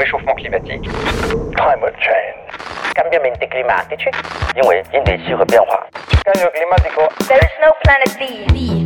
réchauffement climatique. Climate change. Cambiamenti climatici. 因为因地气候变化。Cambio climatico. There is no planet B.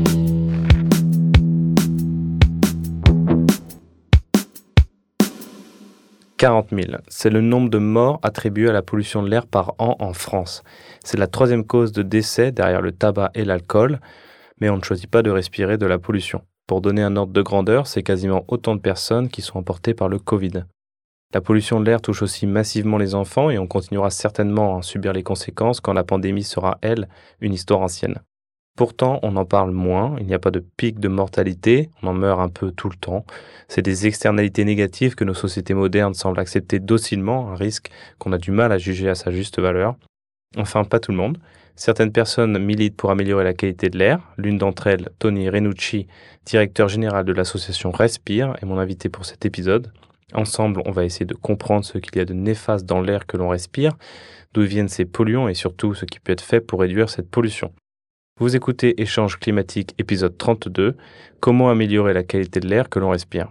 « 40 000, c'est le nombre de morts attribués à la pollution de l'air par an en France. C'est la troisième cause de décès derrière le tabac et l'alcool, mais on ne choisit pas de respirer de la pollution. Pour donner un ordre de grandeur, c'est quasiment autant de personnes qui sont emportées par le Covid. La pollution de l'air touche aussi massivement les enfants et on continuera certainement à subir les conséquences quand la pandémie sera, elle, une histoire ancienne. Pourtant, on en parle moins, il n'y a pas de pic de mortalité, on en meurt un peu tout le temps. C'est des externalités négatives que nos sociétés modernes semblent accepter docilement, un risque qu'on a du mal à juger à sa juste valeur. Enfin, pas tout le monde. Certaines personnes militent pour améliorer la qualité de l'air. L'une d'entre elles, Tony Renucci, directeur général de l'association Respire, est mon invité pour cet épisode. Ensemble, on va essayer de comprendre ce qu'il y a de néfaste dans l'air que l'on respire, d'où viennent ces polluants et surtout ce qui peut être fait pour réduire cette pollution. Vous écoutez Échange climatique, épisode 32, comment améliorer la qualité de l'air que l'on respire.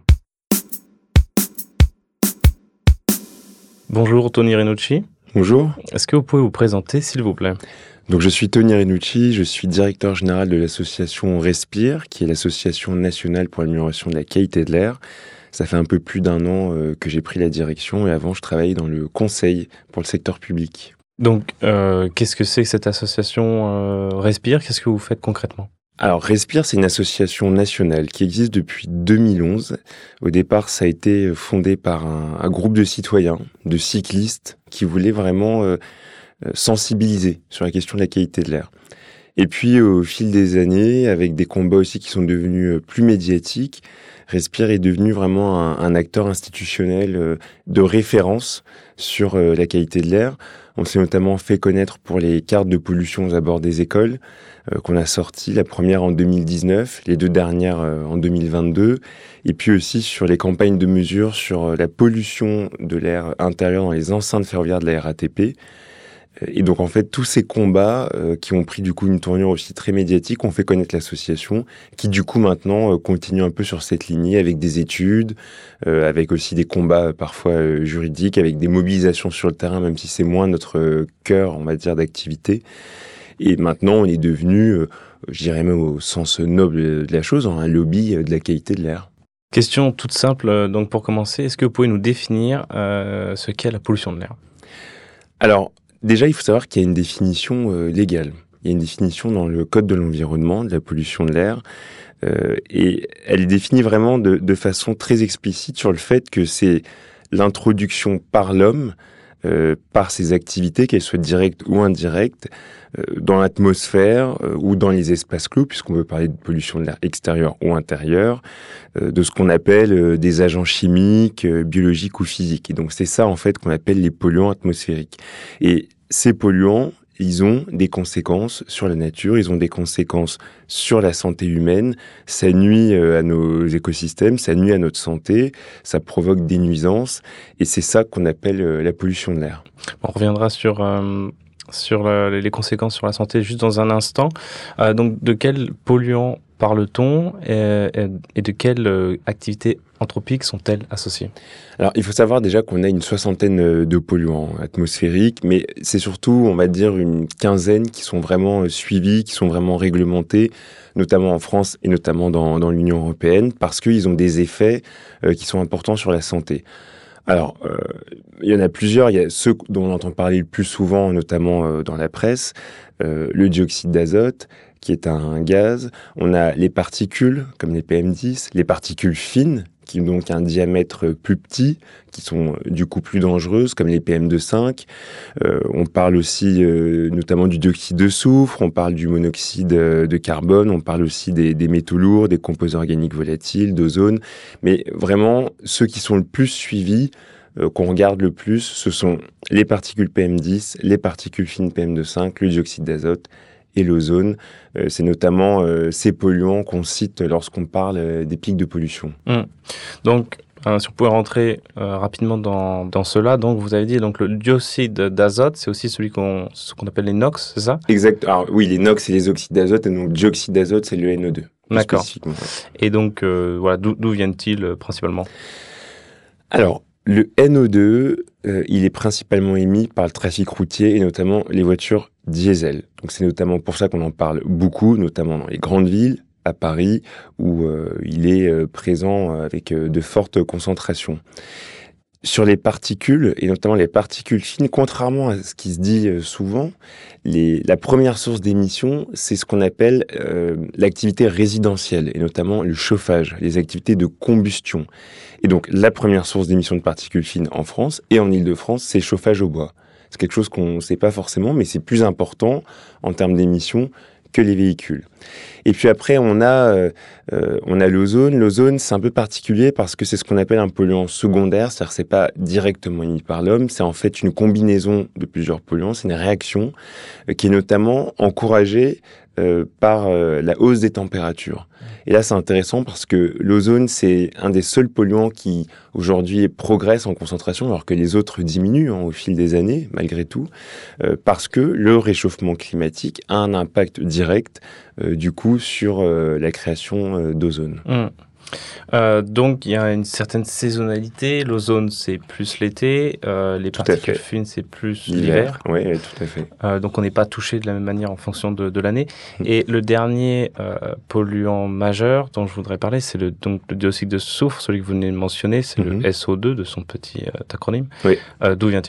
Bonjour Tony Renucci. Bonjour. Est-ce que vous pouvez vous présenter s'il vous plaît ? Donc je suis Tony Renucci, je suis directeur général de l'association Respire, qui est l'association nationale pour l'amélioration de la qualité de l'air. Ça fait un peu plus d'un an que j'ai pris la direction et avant je travaillais dans le conseil pour le secteur public. Donc, qu'est-ce que c'est que cette association Respire ? Qu'est-ce que vous faites concrètement ? Alors, Respire, c'est une association nationale qui existe depuis 2011. Au départ, ça a été fondé par un groupe de citoyens, de cyclistes, qui voulaient vraiment sensibiliser sur la question de la qualité de l'air. Et puis, au fil des années, avec des combats aussi qui sont devenus plus médiatiques, Respire est devenu vraiment un acteur institutionnel de référence sur la qualité de l'air. On s'est notamment fait connaître pour les cartes de pollution aux abords des écoles qu'on a sorties, la première en 2019, les deux dernières en 2022, et puis aussi sur les campagnes de mesure sur la pollution de l'air intérieur dans les enceintes ferroviaires de la RATP. Et donc en fait, tous ces combats qui ont pris du coup une tournure aussi très médiatique ont fait connaître l'association qui du coup maintenant continue un peu sur cette lignée avec des études, avec aussi des combats parfois juridiques, avec des mobilisations sur le terrain, même si c'est moins notre cœur, on va dire, d'activité. Et maintenant, on est devenu, je dirais même au sens noble de la chose, un lobby de la qualité de l'air. Question toute simple, donc pour commencer, est-ce que vous pouvez nous définir ce qu'est la pollution de l'air ? Alors, déjà, il faut savoir qu'il y a une définition légale. Il y a une définition dans le Code de l'environnement de la pollution de l'air. Et elle est définie vraiment de façon très explicite sur le fait que c'est l'introduction par l'homme, par ses activités, qu'elles soient directes ou indirectes, dans l'atmosphère ou dans les espaces clos, puisqu'on peut parler de pollution de l'air extérieur ou intérieur, de ce qu'on appelle des agents chimiques, biologiques ou physiques. Et donc c'est ça en fait qu'on appelle les polluants atmosphériques. Et ces polluants, ils ont des conséquences sur la nature, ils ont des conséquences sur la santé humaine, ça nuit à nos écosystèmes, ça nuit à notre santé, ça provoque des nuisances, et c'est ça qu'on appelle la pollution de l'air. On reviendra sur les conséquences sur la santé juste dans un instant. Donc, de quels polluants parle-t-on et de quelles activités anthropiques sont-elles associées ? Alors, il faut savoir déjà qu'on a une 60aine de polluants atmosphériques, mais c'est surtout, on va dire, une 15aine qui sont vraiment suivis, qui sont vraiment réglementés, notamment en France et notamment dans l'Union européenne, parce qu'ils ont des effets qui sont importants sur la santé. Alors, il y en a plusieurs. Il y a ceux dont on entend parler le plus souvent, notamment dans la presse, le dioxyde d'azote, qui est un gaz. On a les particules, comme les PM10, les particules fines, qui ont donc un diamètre plus petit, qui sont du coup plus dangereuses, comme les PM2,5. On parle aussi notamment du dioxyde de soufre, on parle du monoxyde de carbone, on parle aussi des métaux lourds, des composés organiques volatiles, d'ozone. Mais vraiment, ceux qui sont le plus suivis, qu'on regarde le plus, ce sont les particules PM10, les particules fines PM2,5, le dioxyde d'azote et l'ozone. C'est notamment ces polluants qu'on cite lorsqu'on parle des pics de pollution. Donc, si on pouvait rentrer rapidement dans cela, donc vous avez dit donc le dioxyde d'azote, c'est aussi celui ce qu'on appelle les NOx, c'est ça ? Exact. Alors oui, les NOx, c'est les oxydes d'azote, et donc dioxyde d'azote, c'est le NO2. D'accord. Et donc, voilà, d'où viennent-ils principalement ? Alors, Le NO2, il est principalement émis par le trafic routier et notamment les voitures diesel. Donc c'est notamment pour ça qu'on en parle beaucoup, notamment dans les grandes villes, à Paris, où il est présent avec de fortes concentrations. Sur les particules, et notamment les particules fines, contrairement à ce qui se dit souvent, la première source d'émission, c'est ce qu'on appelle l'activité résidentielle, et notamment le chauffage, les activités de combustion. Et donc, la première source d'émission de particules fines en France et en Île-de-France, c'est le chauffage au bois. C'est quelque chose qu'on ne sait pas forcément, mais c'est plus important en termes d'émissions que les véhicules. Et puis après, on a l'ozone. L'ozone, c'est un peu particulier parce que c'est ce qu'on appelle un polluant secondaire, c'est-à-dire que c'est pas directement émis par l'homme, c'est en fait une combinaison de plusieurs polluants, c'est une réaction qui est notamment encouragée par la hausse des températures. Et là, c'est intéressant parce que l'ozone, c'est un des seuls polluants qui, aujourd'hui, progresse en concentration, alors que les autres diminuent au fil des années, malgré tout, parce que le réchauffement climatique a un impact direct, du coup, sur la création d'ozone. Donc, il y a une certaine saisonnalité. L'ozone, c'est plus l'été. Les particules fines, c'est plus l'hiver. Oui, tout à fait. Donc, on n'est pas touché de la même manière en fonction de l'année. Et le dernier polluant majeur dont je voudrais parler, c'est le dioxyde de soufre, celui que vous venez de mentionner. C'est le SO2 de son petit acronyme. Oui. D'où vient-il ?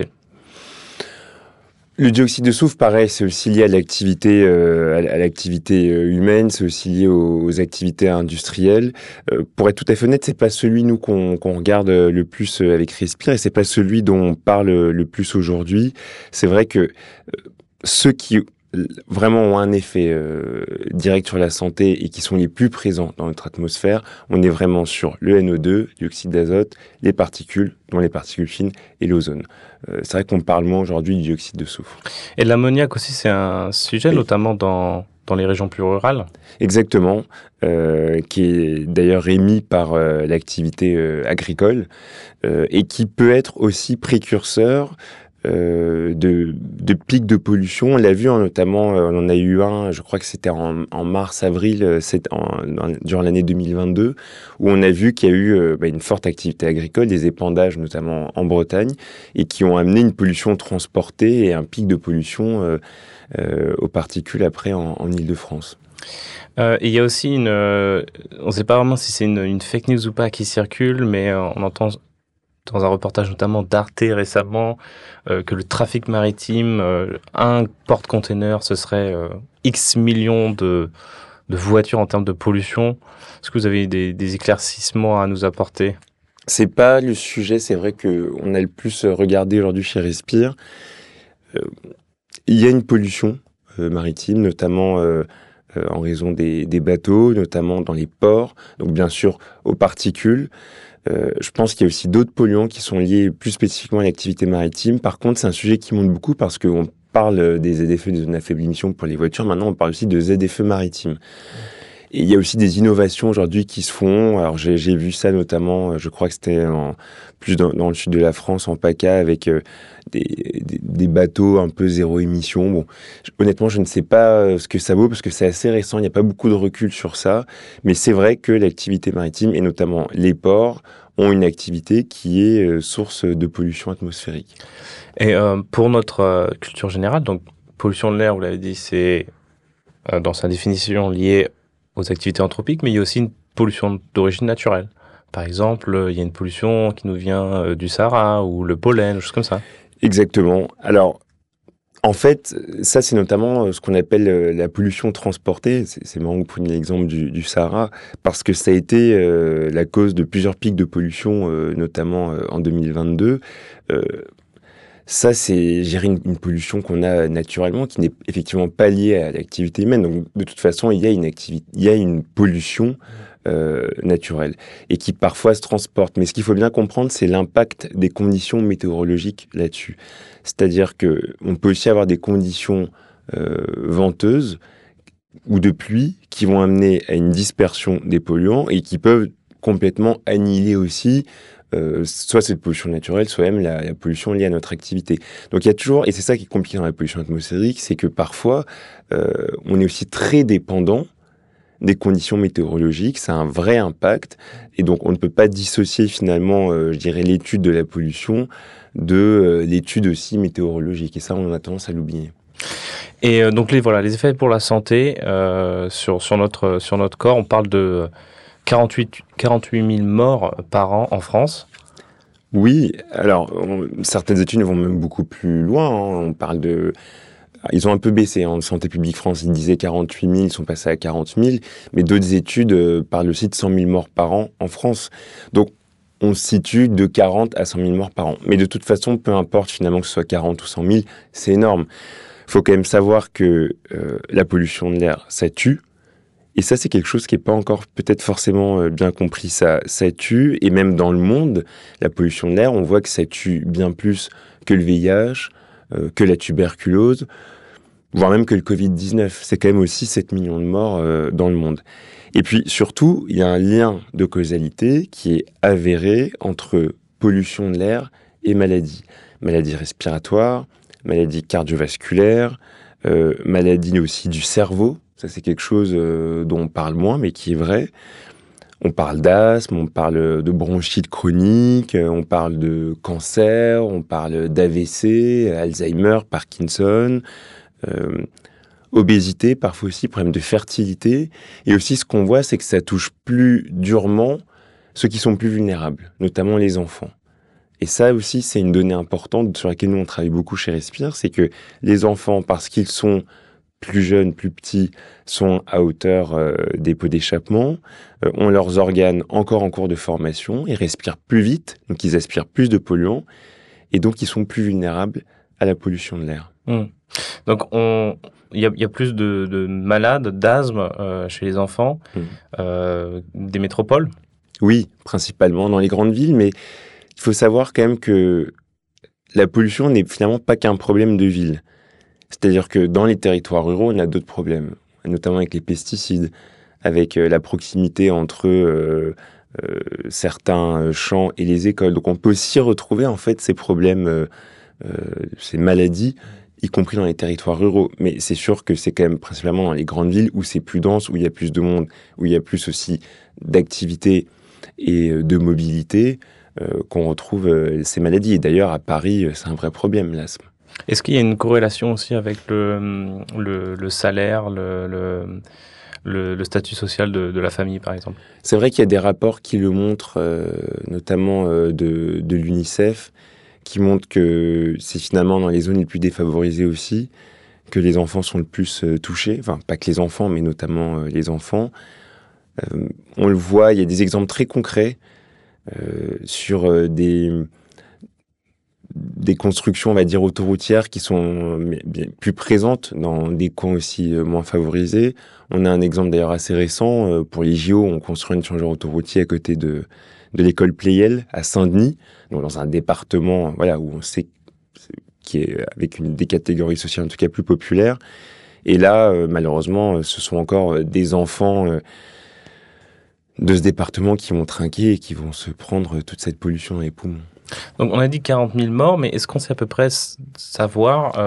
Le dioxyde de soufre, pareil, c'est aussi lié à l'activité, humaine, c'est aussi lié aux activités industrielles. Pour être tout à fait honnête, c'est pas celui nous qu'on regarde le plus avec Respire, et c'est pas celui dont on parle le plus aujourd'hui. C'est vrai que ceux qui vraiment ont un effet direct sur la santé et qui sont les plus présents dans notre atmosphère, on est vraiment sur le NO2, dioxyde d'azote, les particules, dont les particules fines, et l'ozone. C'est vrai qu'on parle moins aujourd'hui du dioxyde de soufre. Et l'ammoniac aussi, c'est un sujet, notamment dans les régions plus rurales. Exactement, qui est d'ailleurs émis par l'activité agricole et qui peut être aussi précurseur de pics de pollution. On l'a vu notamment, on en a eu un, je crois que c'était en mars-avril, durant l'année 2022, où on a vu qu'il y a eu une forte activité agricole, des épandages notamment en Bretagne, et qui ont amené une pollution transportée et un pic de pollution aux particules après en Île-de-France. Il y a aussi on ne sait pas vraiment si c'est une fake news ou pas qui circule, mais on entend dans un reportage notamment d'Arte récemment, que le trafic maritime, un porte-container, ce serait X millions de voitures en termes de pollution. Est-ce que vous avez des éclaircissements à nous apporter ? C'est pas le sujet, c'est vrai qu'on a le plus regardé aujourd'hui chez Respire. Il y a une pollution maritime, notamment en raison des bateaux, notamment dans les ports, donc bien sûr aux particules. Je pense qu'il y a aussi d'autres polluants qui sont liés plus spécifiquement à l'activité maritime. Par contre, c'est un sujet qui monte beaucoup parce qu'on parle des ZFE, des zones à faible émission pour les voitures. Maintenant, on parle aussi de ZFE maritimes. Et il y a aussi des innovations aujourd'hui qui se font. Alors, j'ai vu ça notamment, je crois que c'était plus dans le sud de la France, en PACA, avec des bateaux un peu zéro émission. Bon, honnêtement, je ne sais pas ce que ça vaut parce que c'est assez récent. Il n'y a pas beaucoup de recul sur ça. Mais c'est vrai que l'activité maritime, et notamment les ports, ont une activité qui est source de pollution atmosphérique. Et pour notre culture générale, donc pollution de l'air, vous l'avez dit, c'est dans sa définition lié aux activités anthropiques, mais il y a aussi une pollution d'origine naturelle. Par exemple, il y a une pollution qui nous vient du Sahara ou le pollen, des choses comme ça. Exactement. Alors, en fait, ça, c'est notamment ce qu'on appelle la pollution transportée. C'est marrant que vous preniez l'exemple du Sahara, parce que ça a été la cause de plusieurs pics de pollution, notamment en 2022. Ça, c'est gérer une pollution qu'on a naturellement, qui n'est effectivement pas liée à l'activité humaine. Donc, de toute façon, il y a une pollution naturelle et qui parfois se transporte. Mais ce qu'il faut bien comprendre, c'est l'impact des conditions météorologiques là-dessus. C'est-à-dire que on peut aussi avoir des conditions venteuses ou de pluie qui vont amener à une dispersion des polluants et qui peuvent complètement annihiler aussi soit cette pollution naturelle, soit même la pollution liée à notre activité. Donc il y a toujours, et c'est ça qui est compliqué dans la pollution atmosphérique, c'est que parfois on est aussi très dépendant des conditions météorologiques, ça a un vrai impact. Et donc, on ne peut pas dissocier finalement, je dirais, l'étude de la pollution de l'étude aussi météorologique. Et ça, on a tendance à l'oublier. Et donc les effets pour la santé sur notre corps, on parle de 48 000 morts par an en France. Oui, alors certaines études vont même beaucoup plus loin. On parle de... Ils ont un peu baissé. En Santé publique France, ils disaient 48 000, ils sont passés à 40 000. Mais d'autres études parlent aussi de 100 000 morts par an en France. Donc, on se situe de 40 à 100 000 morts par an. Mais de toute façon, peu importe finalement que ce soit 40 ou 100 000, c'est énorme. Il faut quand même savoir que la pollution de l'air, ça tue. Et ça, c'est quelque chose qui n'est pas encore peut-être forcément bien compris. Ça tue. Et même dans le monde, la pollution de l'air, on voit que ça tue bien plus que le VIH, que la tuberculose, voire même que le Covid-19. C'est quand même aussi 7 millions de morts dans le monde. Et puis surtout, il y a un lien de causalité qui est avéré entre pollution de l'air et maladie. Maladies respiratoires, maladies cardiovasculaires, maladies aussi du cerveau. Ça, c'est quelque chose dont on parle moins, mais qui est vrai. On parle d'asthme, on parle de bronchite chronique, on parle de cancer, on parle d'AVC, Alzheimer, Parkinson, obésité, parfois aussi problème de fertilité. Et aussi, ce qu'on voit, c'est que ça touche plus durement ceux qui sont plus vulnérables, notamment les enfants. Et ça aussi, c'est une donnée importante sur laquelle nous, on travaille beaucoup chez Respire, c'est que les enfants, parce qu'ils sont plus jeunes, plus petits, sont à hauteur des pots d'échappement, ont leurs organes encore en cours de formation, ils respirent plus vite, donc ils aspirent plus de polluants, et donc ils sont plus vulnérables à la pollution de l'air. Donc, il y a plus de malades, d'asthme chez les enfants, des métropoles. Oui, principalement dans les grandes villes, mais il faut savoir quand même que la pollution n'est finalement pas qu'un problème de ville. C'est-à-dire que dans les territoires ruraux, on a d'autres problèmes, notamment avec les pesticides, avec la proximité entre certains champs et les écoles. Donc on peut aussi retrouver en fait ces problèmes, ces maladies, y compris dans les territoires ruraux. Mais c'est sûr que c'est quand même principalement dans les grandes villes où c'est plus dense, où il y a plus de monde, où il y a plus aussi d'activité et de mobilité qu'on retrouve ces maladies. Et d'ailleurs, à Paris, c'est un vrai problème, l'asthme. Est-ce qu'il y a une corrélation aussi avec le salaire, le statut social de la famille, par exemple? C'est vrai qu'il y a des rapports qui le montrent, notamment de l'UNICEF, qui montrent que c'est finalement dans les zones les plus défavorisées aussi que les enfants sont le plus touchés. Enfin, pas que les enfants, mais notamment les enfants. On le voit, il y a des exemples très concrets sur des constructions, on va dire, autoroutières qui sont bien plus présentes dans des coins aussi moins favorisés. On a un exemple d'ailleurs assez récent. Pour les JO, on construit un échangeur autoroutier à côté de l'école Pleyel à Saint-Denis, donc dans un département où on sait qui est avec des catégories sociales en tout cas plus populaires. Et là, malheureusement, ce sont encore des enfants de ce département qui vont trinquer et qui vont se prendre toute cette pollution dans les poumons. Donc on a dit 40 000 morts, mais est-ce qu'on sait à peu près savoir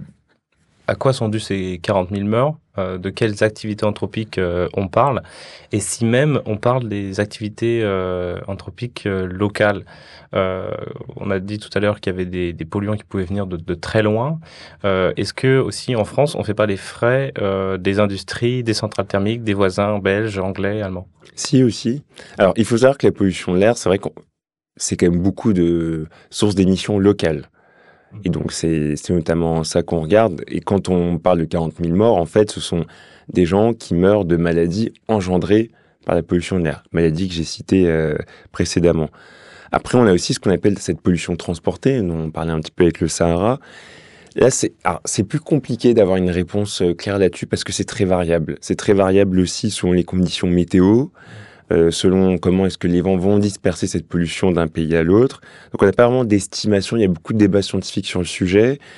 à quoi sont dues ces 40 000 morts, de quelles activités anthropiques on parle, et si même on parle des activités anthropiques locales. On a dit tout à l'heure qu'il y avait des polluants qui pouvaient venir de très loin. Est-ce que aussi en France, on ne fait pas les frais des industries, des centrales thermiques, des voisins belges, anglais, allemands? Si, aussi. Alors, il faut savoir que la pollution de l'air, c'est vrai que c'est quand même beaucoup de sources d'émissions locales. Et donc, c'est notamment ça qu'on regarde. Et quand on parle de 40 000 morts, en fait, ce sont des gens qui meurent de maladies engendrées par la pollution de l'air. Maladies que j'ai citées précédemment. Après, on a aussi ce qu'on appelle cette pollution transportée, dont on parlait un petit peu avec le Sahara. Là, c'est plus compliqué d'avoir une réponse claire là-dessus parce que c'est très variable. C'est très variable aussi selon les conditions météo, selon comment est-ce que les vents vont disperser cette pollution d'un pays à l'autre. Donc on n'a pas vraiment d'estimation, il y a beaucoup de débats scientifiques sur le sujet.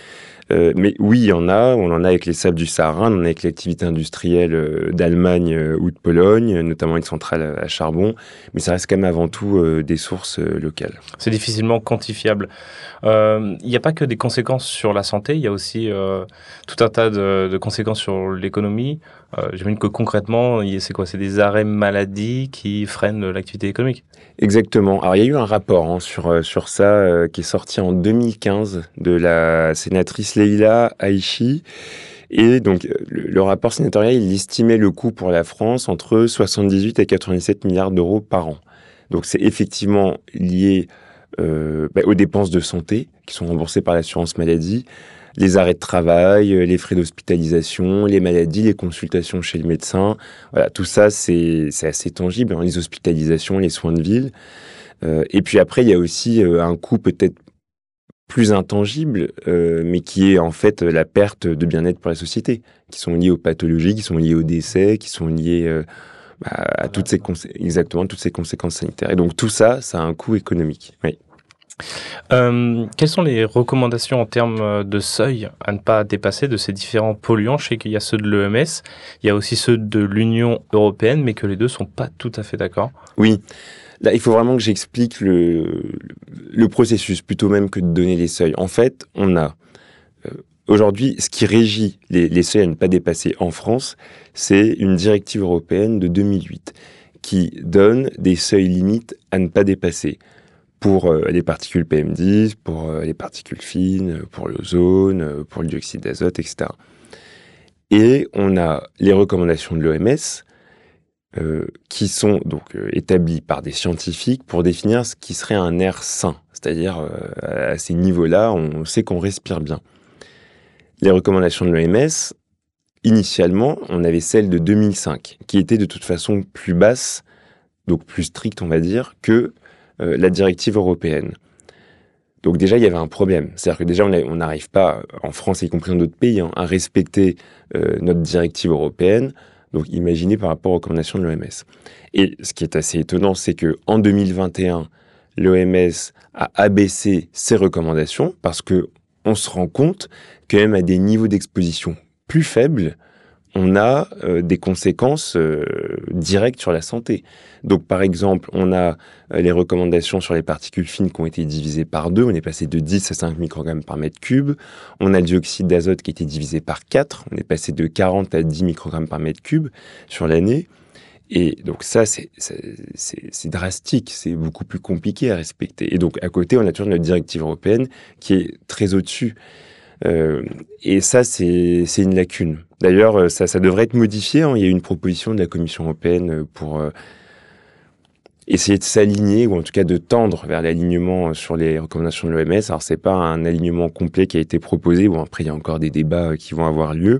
Mais oui, il y en a. On en a avec les sables du Sahara, on en a avec l'activité industrielle d'Allemagne ou de Pologne, notamment une centrale à charbon. Mais ça reste quand même avant tout des sources locales. C'est difficilement quantifiable. Il n'y a pas que des conséquences sur la santé, il y a aussi tout un tas de conséquences sur l'économie. J'imagine que concrètement, c'est quoi? C'est des arrêts maladie qui freinent l'activité économique? Exactement. Alors, il y a eu un rapport sur ça qui est sorti en 2015 de la sénatrice Leïla Aïchi. Et donc, le rapport sénatorial, il estimait le coût pour la France entre 78 et 97 milliards d'euros par an. Donc, c'est effectivement lié aux dépenses de santé qui sont remboursées par l'assurance maladie, les arrêts de travail, les frais d'hospitalisation, les maladies, les consultations chez le médecin. Voilà, tout ça, c'est assez tangible, hein, les hospitalisations, les soins de ville. Et puis après, il y a aussi un coût peut-être plus intangible, mais qui est en fait la perte de bien-être pour la société, qui sont liées aux pathologies, qui sont liées aux décès, qui sont liées à toutes ces conséquences sanitaires. Et donc tout ça, ça a un coût économique. Oui. Quelles sont les recommandations en termes de seuil à ne pas dépasser de ces différents polluants? Je sais qu'il y a ceux de l'OMS, il y a aussi ceux de l'Union européenne, mais que les deux ne sont pas tout à fait d'accord. Oui, là, il faut vraiment que j'explique le processus, plutôt même que de donner les seuils. En fait, on a aujourd'hui, ce qui régit les seuils à ne pas dépasser en France, c'est une directive européenne de 2008 qui donne des seuils limites à ne pas dépasser pour les particules PM10, pour les particules fines, pour l'ozone, pour le dioxyde d'azote, etc. Et on a les recommandations de l'OMS qui sont donc établies par des scientifiques pour définir ce qui serait un air sain. C'est-à-dire, à ces niveaux-là, on sait qu'on respire bien. Les recommandations de l'OMS, initialement, on avait celles de 2005, qui étaient de toute façon plus basses, donc plus strictes, on va dire, que la directive européenne. Donc déjà, il y avait un problème. C'est-à-dire que déjà, on n'arrive pas, en France, y compris dans d'autres pays, hein, à respecter notre directive européenne. Donc imaginez par rapport aux recommandations de l'OMS. Et ce qui est assez étonnant, c'est qu'en 2021, l'OMS a abaissé ses recommandations parce qu'on se rend compte que même à des niveaux d'exposition plus faibles, on a des conséquences directes sur la santé. Donc, par exemple, on a les recommandations sur les particules fines qui ont été divisées par 2. On est passé de 10 à 5 microgrammes par mètre cube. On a le dioxyde d'azote qui a été divisé par 4. On est passé de 40 à 10 microgrammes par mètre cube sur l'année. Et donc ça, c'est drastique. C'est beaucoup plus compliqué à respecter. Et donc, à côté, on a toujours notre directive européenne qui est très au-dessus. Et ça, c'est une lacune. D'ailleurs, ça devrait être modifié, hein. Il y a eu une proposition de la Commission européenne pour essayer de s'aligner, ou en tout cas de tendre vers l'alignement sur les recommandations de l'OMS. Alors, c'est pas un alignement complet qui a été proposé. Bon, après, il y a encore des débats qui vont avoir lieu.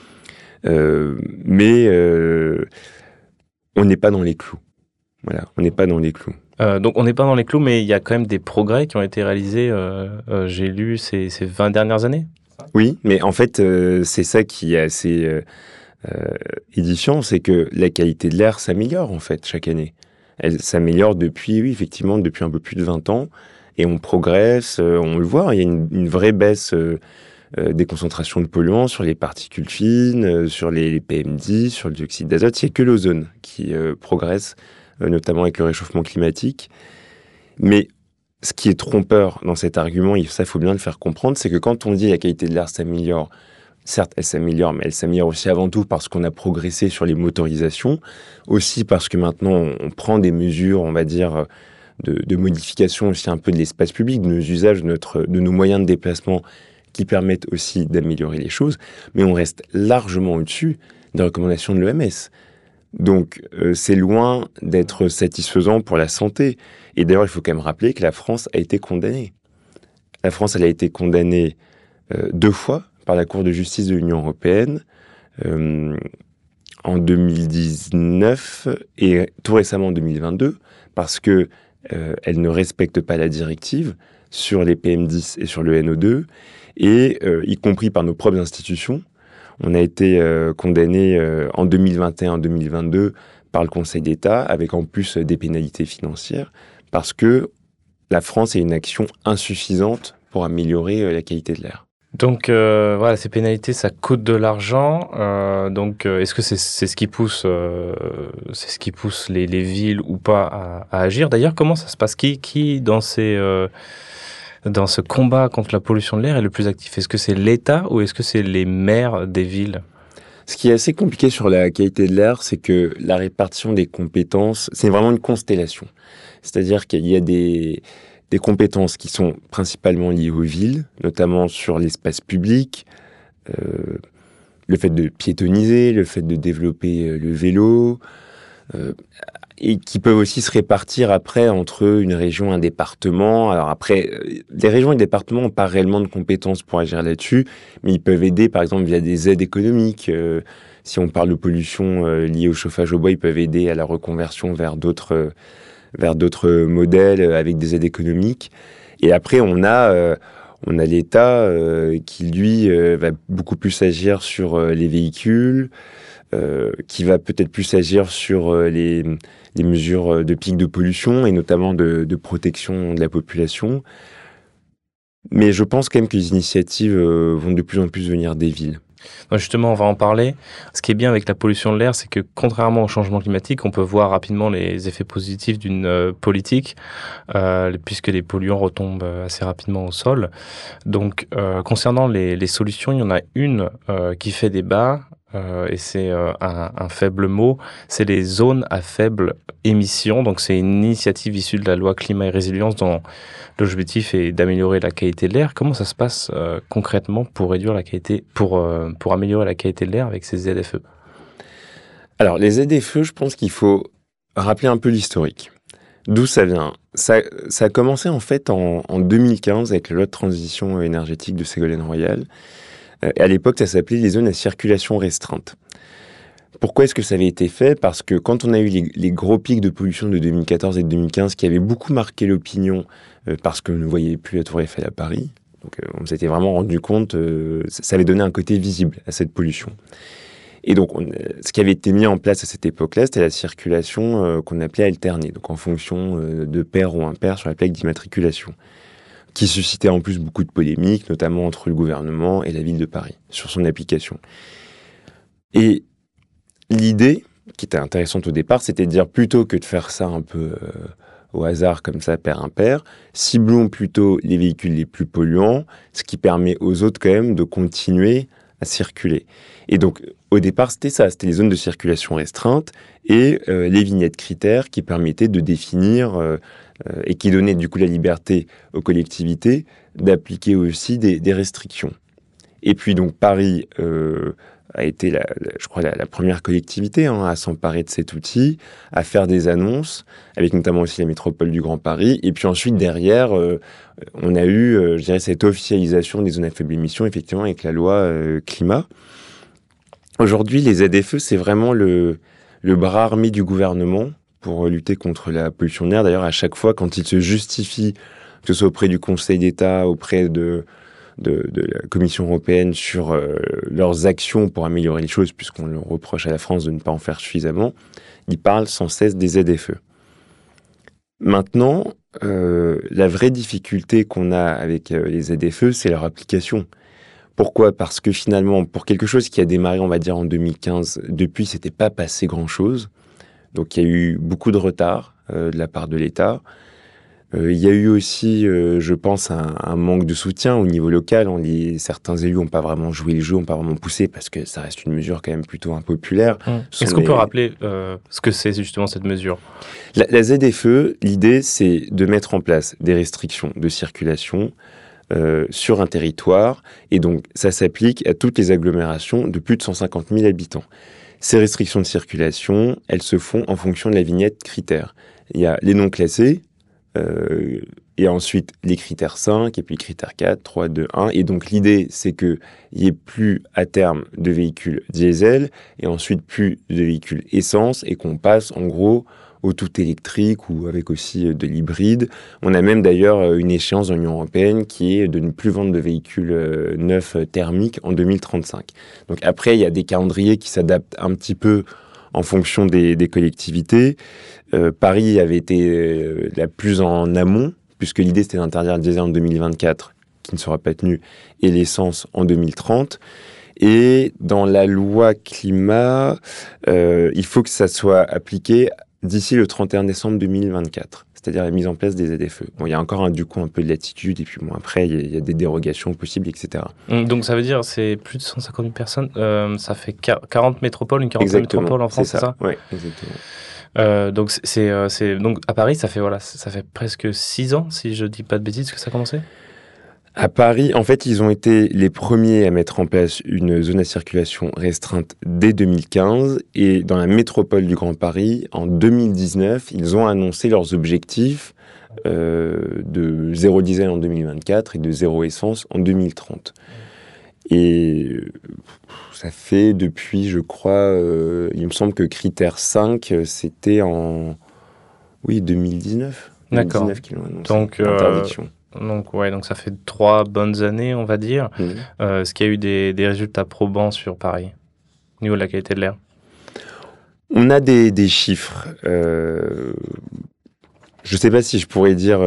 Mais on n'est pas dans les clous. Voilà, on n'est pas dans les clous. Donc on n'est pas dans les clous, mais il y a quand même des progrès qui ont été réalisés, j'ai lu, ces 20 dernières années. Oui, mais en fait, c'est ça qui est assez édifiant, c'est que la qualité de l'air s'améliore en fait chaque année. Elle s'améliore depuis un peu plus de 20 ans, et on progresse, on le voit, il y a une vraie baisse des concentrations de polluants sur les particules fines, sur les PM10, sur le dioxyde d'azote. Il n'y a que l'ozone qui progresse, notamment avec le réchauffement climatique. Mais ce qui est trompeur dans cet argument, ça, il faut bien le faire comprendre, c'est que quand on dit que la qualité de l'air s'améliore, certes, elle s'améliore, mais elle s'améliore aussi avant tout parce qu'on a progressé sur les motorisations, aussi parce que maintenant, on prend des mesures, on va dire, de modification aussi un peu de l'espace public, de nos usages, de nos moyens de déplacement qui permettent aussi d'améliorer les choses, mais on reste largement au-dessus des recommandations de l'OMS. Donc, c'est loin d'être satisfaisant pour la santé. Et d'ailleurs, il faut quand même rappeler que la France a été condamnée. La France, elle a été condamnée 2 fois par la Cour de justice de l'Union européenne, en 2019 et tout récemment en 2022, parce que elle ne respecte pas la directive sur les PM10 et sur le NO2, et y compris par nos propres institutions. On a été condamné en 2021-2022 par le Conseil d'État, avec en plus des pénalités financières, parce que la France a une action insuffisante pour améliorer la qualité de l'air. Donc voilà, ces pénalités, ça coûte de l'argent. Donc est-ce que c'est ce qui pousse, les villes ou pas à agir? D'ailleurs, comment ça se passe? Qui dans dans ce combat contre la pollution de l'air est le plus actif? Est-ce que c'est l'État ou est-ce que c'est les maires des villes? Ce qui est assez compliqué sur la qualité de l'air, c'est que la répartition des compétences, c'est vraiment une constellation. C'est-à-dire qu'il y a des compétences qui sont principalement liées aux villes, notamment sur l'espace public, le fait de piétonniser, le fait de développer le vélo, et qui peuvent aussi se répartir après entre une région et un département. Alors après, les régions et les départements n'ont pas réellement de compétences pour agir là-dessus, mais ils peuvent aider, par exemple, via des aides économiques. Si on parle de pollution liée au chauffage au bois, ils peuvent aider à la reconversion vers d'autres modèles avec des aides économiques. Et après, on a l'État qui, lui, va beaucoup plus agir sur les véhicules, qui va peut-être plus agir sur les mesures de pic de pollution et notamment de protection de la population. Mais je pense quand même que les initiatives vont de plus en plus venir des villes. Justement, on va en parler. Ce qui est bien avec la pollution de l'air, c'est que contrairement au changement climatique, on peut voir rapidement les effets positifs d'une politique, puisque les polluants retombent assez rapidement au sol. Donc, concernant les solutions, il y en a une qui fait débat, et c'est un faible mot, c'est les zones à faible émission. Donc, c'est une initiative issue de la loi Climat et Résilience dont l'objectif est d'améliorer la qualité de l'air. Comment ça se passe concrètement pour réduire la qualité, pour améliorer la qualité de l'air avec ces ZFE? Alors, les ZFE, je pense qu'il faut rappeler un peu l'historique. D'où ça vient? Ça a commencé en fait en 2015 avec la loi de transition énergétique de Ségolène Royal. À l'époque, ça s'appelait les zones à circulation restreinte. Pourquoi est-ce que ça avait été fait? Parce que quand on a eu les gros pics de pollution de 2014 et de 2015 qui avaient beaucoup marqué l'opinion parce qu'on ne voyait plus la Tour Eiffel à Paris, donc on s'était vraiment rendu compte, ça avait donné un côté visible à cette pollution. Et donc, ce qui avait été mis en place à cette époque-là, c'était la circulation qu'on appelait alternée, donc en fonction de pair ou impair sur la plaque d'immatriculation, qui suscitait en plus beaucoup de polémiques, notamment entre le gouvernement et la ville de Paris, sur son application. Et l'idée, qui était intéressante au départ, c'était de dire plutôt que de faire ça un peu au hasard comme ça, pair impair, ciblons plutôt les véhicules les plus polluants, ce qui permet aux autres quand même de continuer à circuler. Et donc, au départ, c'était ça, c'était les zones de circulation restreinte et les vignettes critères qui permettaient de définir et qui donnaient du coup la liberté aux collectivités d'appliquer aussi des restrictions. Et puis donc Paris a été, je crois, la première collectivité à s'emparer de cet outil, à faire des annonces, avec notamment aussi la métropole du Grand Paris. Et puis ensuite, derrière, on a eu, je dirais, cette officialisation des zones à faible émission, effectivement, avec la loi climat. Aujourd'hui, les ZFE, c'est vraiment le bras armé du gouvernement pour lutter contre la pollution de l'air. D'ailleurs, à chaque fois, quand ils se justifient, que ce soit auprès du Conseil d'État, auprès de la Commission européenne sur leurs actions pour améliorer les choses, puisqu'on leur reproche à la France de ne pas en faire suffisamment, ils parlent sans cesse des ZFE. Maintenant, la vraie difficulté qu'on a avec les ZFE, c'est leur application. Pourquoi? Parce que finalement, pour quelque chose qui a démarré, on va dire, en 2015, depuis, c'était pas passé grand-chose. Donc, il y a eu beaucoup de retard de la part de l'État. Il y a eu aussi, je pense, un manque de soutien au niveau local. Certains élus n'ont pas vraiment joué le jeu, n'ont pas vraiment poussé, parce que ça reste une mesure quand même plutôt impopulaire. Est-ce qu'on peut rappeler ce que c'est justement cette mesure? La ZFE, l'idée, c'est de mettre en place des restrictions de circulation sur un territoire. Et donc, ça s'applique à toutes les agglomérations de plus de 150 000 habitants. Ces restrictions de circulation, elles se font en fonction de la vignette critères. Il y a les non classés, et ensuite les critères 5, et puis critères 4, 3, 2, 1. Et donc l'idée, c'est qu'il n'y ait plus à terme de véhicules diesel, et ensuite plus de véhicules essence, et qu'on passe en gros au tout électrique ou avec aussi de l'hybride. On a même d'ailleurs une échéance dans l'Union européenne qui est de ne plus vendre de véhicules neufs thermiques en 2035. Donc après, il y a des calendriers qui s'adaptent un petit peu en fonction des collectivités. Paris avait été la plus en amont, puisque l'idée c'était d'interdire le diesel en 2024. qui ne sera pas tenu, et l'essence en 2030. Et dans la loi climat, il faut que ça soit appliqué d'ici le 31 décembre 2024, c'est-à-dire la mise en place des ZFE. Bon, il y a encore du coup un peu de latitude, et puis bon, après, il y a des dérogations possibles, etc. Donc ça veut dire c'est plus de 150 000 personnes, ça fait 40 métropoles, une quarantaine de métropoles en France, c'est ça? Oui, exactement. Donc donc à Paris, ça fait presque 6 ans, si je dis pas de bêtises, que ça a commencé? À Paris, en fait, ils ont été les premiers à mettre en place une zone à circulation restreinte dès 2015. Et dans la métropole du Grand Paris, en 2019, ils ont annoncé leurs objectifs de zéro diesel en 2024 et de zéro essence en 2030. Et ça fait depuis, je crois, il me semble que critère 5, c'était en 2019. D'accord. 2019 qu'ils l'ont annoncé, Donc, l'interdiction. Donc ça fait 3 bonnes années, on va dire. Mmh. Est-ce qu'il y a eu des résultats probants sur Paris, au niveau de la qualité de l'air? On a des chiffres. Je ne sais pas si je pourrais dire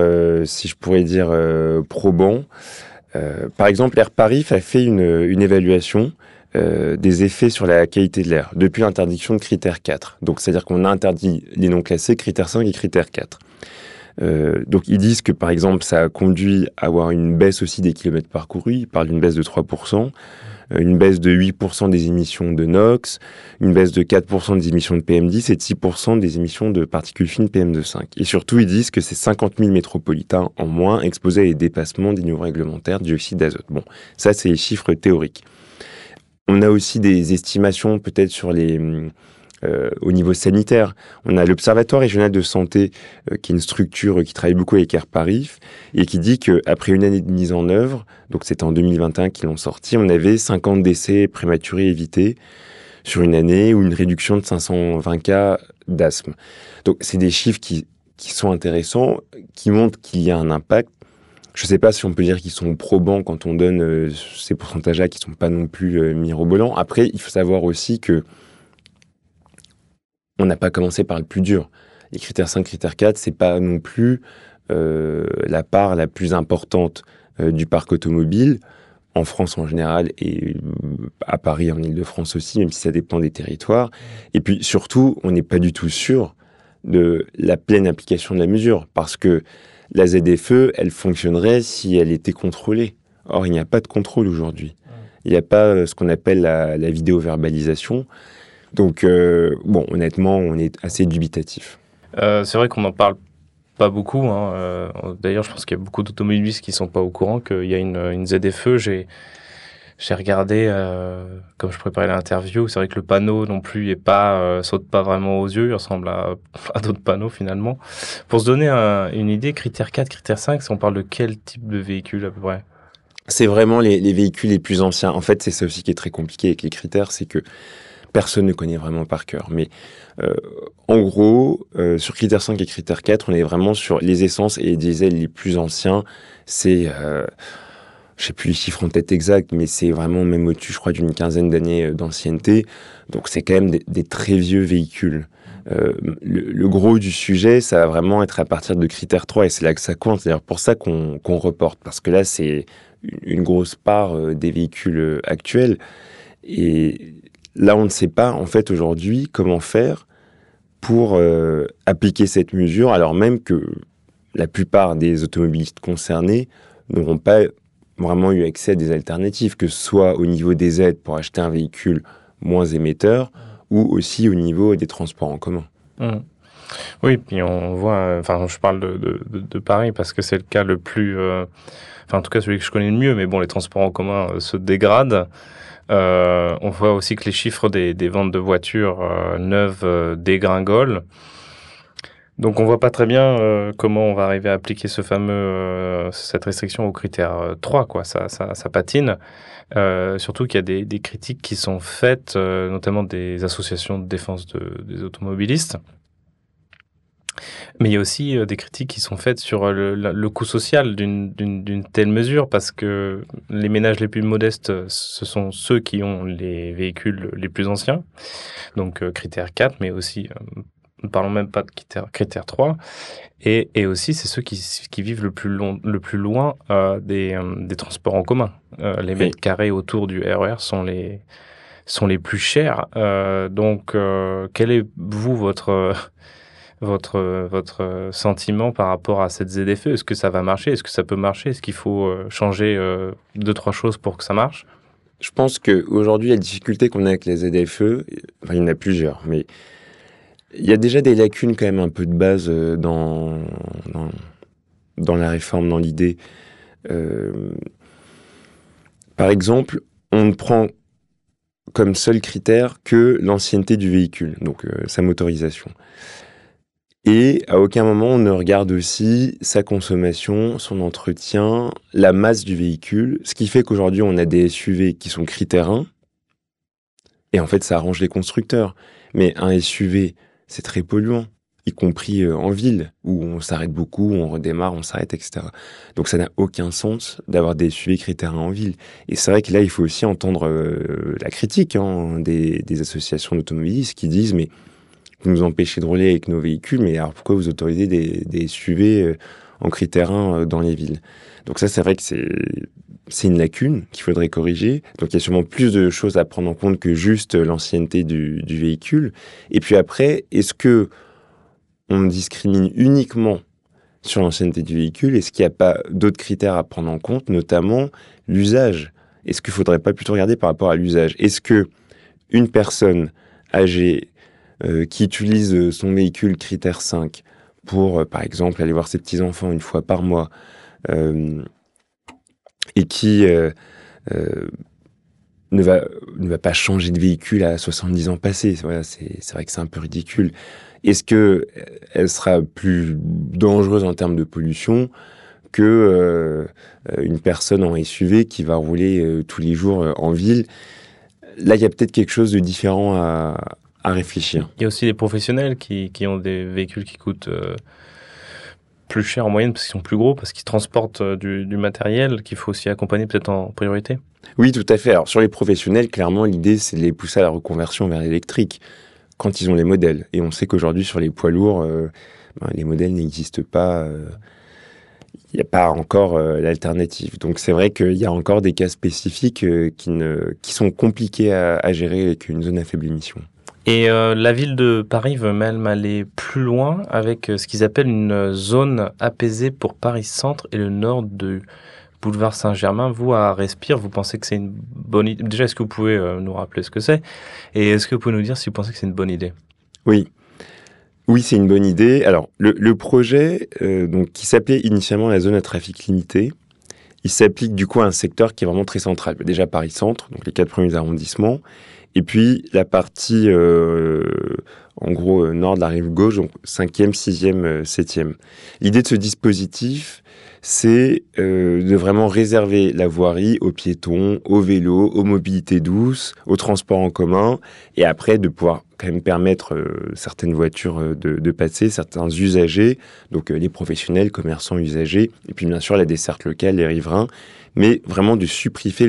probant. Par exemple, Air Paris a fait une évaluation des effets sur la qualité de l'air depuis l'interdiction de critère 4. Donc, c'est-à-dire qu'on a interdit les non classés, critère 5 et critère 4. Donc ils disent que par exemple ça a conduit à avoir une baisse aussi des kilomètres parcourus, ils parlent d'une baisse de 3%, une baisse de 8% des émissions de NOx, une baisse de 4% des émissions de PM10 et de 6% des émissions de particules fines PM2,5. Et surtout ils disent que c'est 50 000 métropolitains en moins exposés à des dépassements des niveaux réglementaires de dioxyde d'azote. Bon, ça c'est les chiffres théoriques. On a aussi des estimations peut-être sur au niveau sanitaire. On a l'Observatoire régional de santé, qui est une structure qui travaille beaucoup avec Air Paris, et qui dit qu'après une année de mise en œuvre, donc c'était en 2021 qu'ils l'ont sorti, on avait 50 décès prématurés évités sur une année, ou une réduction de 520 cas d'asthme. Donc c'est des chiffres qui sont intéressants, qui montrent qu'il y a un impact. Je ne sais pas si on peut dire qu'ils sont probants quand on donne ces pourcentages-là qui ne sont pas non plus mirobolants. Après, il faut savoir aussi que on n'a pas commencé par le plus dur. Les critères 5, critères 4, c'est pas non plus la part la plus importante du parc automobile, en France en général, et à Paris, en Île-de-France aussi, même si ça dépend des territoires. Et puis surtout, on n'est pas du tout sûr de la pleine application de la mesure, parce que la ZFE, elle fonctionnerait si elle était contrôlée. Or, il n'y a pas de contrôle aujourd'hui. Il n'y a pas ce qu'on appelle la vidéo-verbalisation. Donc, honnêtement, on est assez dubitatif. C'est vrai qu'on n'en parle pas beaucoup. D'ailleurs, je pense qu'il y a beaucoup d'automobilistes qui ne sont pas au courant qu'il y a une ZFE. J'ai regardé, comme je préparais l'interview, c'est vrai que le panneau non plus saute pas vraiment aux yeux. Il ressemble à d'autres panneaux finalement. Pour se donner une idée, critère 4, critère 5, on parle de quel type de véhicule à peu près? C'est vraiment les véhicules les plus anciens. En fait, c'est ça aussi qui est très compliqué avec les critères, c'est que personne ne connaît vraiment par cœur. Mais en gros, sur critère 5 et critère 4, on est vraiment sur les essences et les diesels les plus anciens. C'est, je sais plus les chiffres en tête exacts, mais c'est vraiment même au-dessus, je crois, d'une quinzaine d'années d'ancienneté. Donc c'est quand même des très vieux véhicules. Le gros du sujet, ça va vraiment être à partir de critère 3, et c'est là que ça compte. C'est d'ailleurs pour ça qu'on reporte, parce que là, c'est une grosse part des véhicules actuels. Et là, on ne sait pas, en fait, aujourd'hui, comment faire pour appliquer cette mesure, alors même que la plupart des automobilistes concernés n'auront pas vraiment eu accès à des alternatives, que ce soit au niveau des aides pour acheter un véhicule moins émetteur, ou aussi au niveau des transports en commun. Oui, puis on voit, je parle de Paris parce que c'est le cas le plus, en tout cas celui que je connais le mieux, mais bon, les transports en commun se dégradent. On voit aussi que les chiffres des ventes de voitures neuves dégringolent. Donc on voit pas très bien comment on va arriver à appliquer cette restriction au critère 3, quoi. Ça patine. Surtout qu'il y a des critiques qui sont faites, notamment des associations de défense des automobilistes. Mais il y a aussi des critiques qui sont faites sur le coût social d'une telle mesure, parce que les ménages les plus modestes, ce sont ceux qui ont les véhicules les plus anciens, donc critère 4, mais aussi ne parlons même pas de critère 3. Et aussi, c'est ceux qui vivent le plus loin des transports en commun. Les mètres carrés autour du RER sont les plus chers. Donc, quel est, vous, votre sentiment par rapport à cette ZFE? Est-ce que ça va marcher? Est-ce que ça peut marcher? Est-ce qu'il faut changer 2-3 choses pour que ça marche? Je pense qu'aujourd'hui, la difficulté qu'on a avec la ZFE, enfin, il y en a plusieurs, mais il y a déjà des lacunes quand même un peu de base dans la réforme, dans l'idée. Par exemple, on ne prend comme seul critère que l'ancienneté du véhicule, donc sa motorisation. Et à aucun moment on ne regarde aussi sa consommation, son entretien, la masse du véhicule, ce qui fait qu'aujourd'hui on a des SUV qui sont critère 1, et en fait ça arrange les constructeurs. Mais un SUV, c'est très polluant, y compris en ville, où on s'arrête beaucoup, on redémarre, on s'arrête, etc. Donc ça n'a aucun sens d'avoir des SUV critère 1 en ville. Et c'est vrai que là, il faut aussi entendre la critique des associations d'automobilistes qui disent « mais vous nous empêchez de rouler avec nos véhicules, mais alors pourquoi vous autorisez des SUV en critère 1 dans les villes ?» Donc ça, c'est vrai que c'est une lacune qu'il faudrait corriger. Donc il y a sûrement plus de choses à prendre en compte que juste l'ancienneté du véhicule. Et puis après, est-ce que on discrimine uniquement sur l'ancienneté du véhicule? Est-ce qu'il n'y a pas d'autres critères à prendre en compte, notamment l'usage? Est-ce qu'il ne faudrait pas plutôt regarder par rapport à l'usage? Est-ce que une personne âgée qui utilise son véhicule critère 5 pour, par exemple, aller voir ses petits-enfants une fois par mois, et qui ne va pas changer de véhicule à 70 ans passés, voilà, c'est vrai que c'est un peu ridicule. Est-ce qu'elle sera plus dangereuse en termes de pollution que une personne en SUV qui va rouler tous les jours en ville? Là, il y a peut-être quelque chose de différent à réfléchir. Il y a aussi des professionnels qui ont des véhicules qui coûtent plus cher en moyenne parce qu'ils sont plus gros, parce qu'ils transportent du matériel qu'il faut aussi accompagner peut-être en priorité. Oui, tout à fait. Alors sur les professionnels, clairement, l'idée, c'est de les pousser à la reconversion vers l'électrique quand ils ont les modèles. Et on sait qu'aujourd'hui, sur les poids lourds, les modèles n'existent pas. Il n'y a pas encore l'alternative. Donc c'est vrai qu'il y a encore des cas spécifiques qui sont compliqués à gérer avec une zone à faible émission. Et la ville de Paris veut même aller plus loin avec ce qu'ils appellent une zone apaisée pour Paris-Centre et le nord du boulevard Saint-Germain. Vous, à Respire, vous pensez que c'est une bonne idée? Déjà, est-ce que vous pouvez nous rappeler ce que c'est? Et est-ce que vous pouvez nous dire si vous pensez que c'est une bonne idée? Oui, c'est une bonne idée. Alors, le projet, donc, qui s'appelait initialement la zone à trafic limité, il s'applique du coup à un secteur qui est vraiment très central. Déjà Paris-Centre, donc les 4 premiers arrondissements, et puis la partie, en gros, nord de la rive gauche, donc 5e, 6e, 7e. L'idée de ce dispositif, c'est de vraiment réserver la voirie aux piétons, aux vélos, aux mobilités douces, aux transports en commun, et après de pouvoir quand même permettre certaines voitures de passer, certains usagers, donc les professionnels, commerçants, usagers, et puis bien sûr la desserte locale, les riverains, mais vraiment de supprimer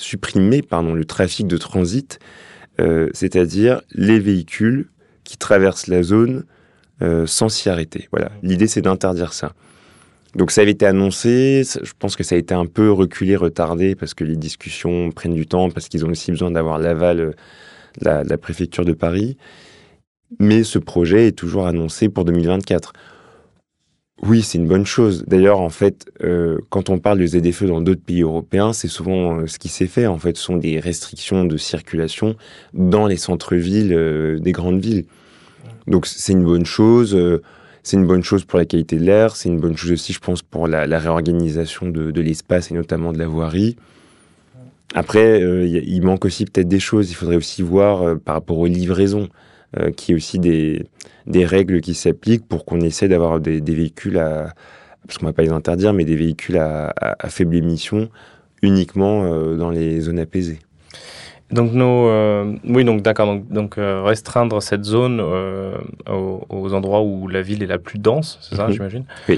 le trafic de transit, c'est-à-dire les véhicules qui traversent la zone sans s'y arrêter. Voilà. L'idée, c'est d'interdire ça. Donc ça avait été annoncé, je pense que ça a été un peu reculé, retardé, parce que les discussions prennent du temps, parce qu'ils ont aussi besoin d'avoir l'aval de la préfecture de Paris. Mais ce projet est toujours annoncé pour 2024. Oui, c'est une bonne chose. D'ailleurs, en fait, quand on parle de ZFE dans d'autres pays européens, c'est souvent ce qui s'est fait. En fait, ce sont des restrictions de circulation dans les centres-villes des grandes villes. Donc c'est une bonne chose. C'est une bonne chose pour la qualité de l'air. C'est une bonne chose aussi, je pense, pour la réorganisation de l'espace et notamment de la voirie. Après, il manque aussi peut-être des choses. Il faudrait aussi voir par rapport aux livraisons, qu'il y ait aussi des règles qui s'appliquent pour qu'on essaie d'avoir des véhicules parce qu'on ne va pas les interdire, mais des véhicules à faible émission uniquement dans les zones apaisées. Donc donc d'accord. Donc restreindre cette zone aux endroits où la ville est la plus dense, c'est ça, j'imagine. Oui.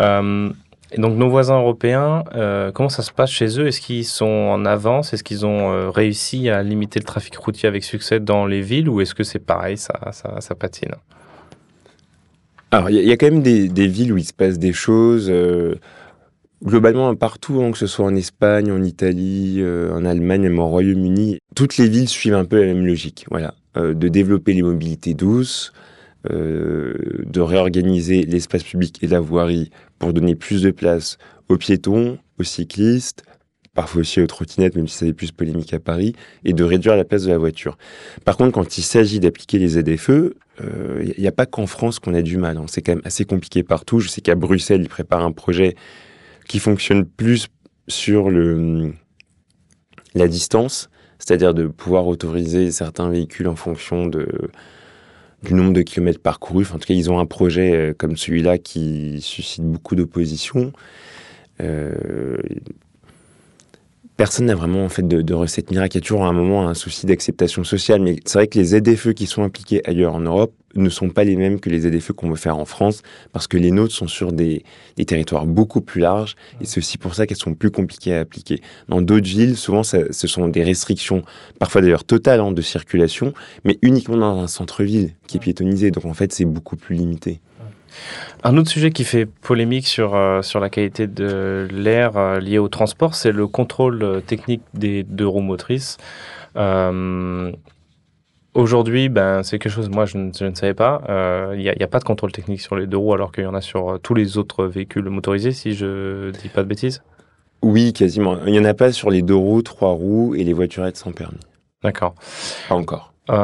Et donc nos voisins européens, comment ça se passe chez eux? Est-ce qu'ils sont en avance? Est-ce qu'ils ont réussi à limiter le trafic routier avec succès dans les villes, ou est-ce que c'est pareil, ça patine? Alors, il y a quand même des villes où il se passe des choses, globalement partout, hein, que ce soit en Espagne, en Italie, en Allemagne, même au Royaume-Uni. Toutes les villes suivent un peu la même logique, voilà. De développer les mobilités douces, de réorganiser l'espace public et la voirie pour donner plus de place aux piétons, aux cyclistes, parfois aussi aux trottinettes, même si ça est plus polémique à Paris, et de réduire la place de la voiture. Par contre, quand il s'agit d'appliquer les ZFE, il n'y a pas qu'en France qu'on a du mal, hein. C'est quand même assez compliqué partout. Je sais qu'à Bruxelles, ils préparent un projet qui fonctionne plus sur la distance, c'est-à-dire de pouvoir autoriser certains véhicules en fonction du nombre de kilomètres parcourus. Enfin, en tout cas, ils ont un projet comme celui-là qui suscite beaucoup d'opposition. Personne n'a vraiment en fait de recette miracle. Il y a toujours à un moment un souci d'acceptation sociale, mais c'est vrai que les ZFE qui sont appliqués ailleurs en Europe ne sont pas les mêmes que les ZFE qu'on veut faire en France, parce que les nôtres sont sur des territoires beaucoup plus larges, et c'est aussi pour ça qu'elles sont plus compliquées à appliquer. Dans d'autres villes, souvent, ce sont des restrictions, parfois d'ailleurs totales, hein, de circulation, mais uniquement dans un centre-ville qui est piétonnisé, donc en fait, c'est beaucoup plus limité. Un autre sujet qui fait polémique sur la qualité de l'air lié au transport, c'est le contrôle technique des deux roues motrices. Aujourd'hui, c'est quelque chose, moi je ne savais pas. Il n'y a pas de contrôle technique sur les deux roues alors qu'il y en a sur tous les autres véhicules motorisés, si je dis pas de bêtises. Oui, quasiment. Il n'y en a pas sur les 2 roues, 3 roues et les voiturettes sans permis. D'accord. Pas encore.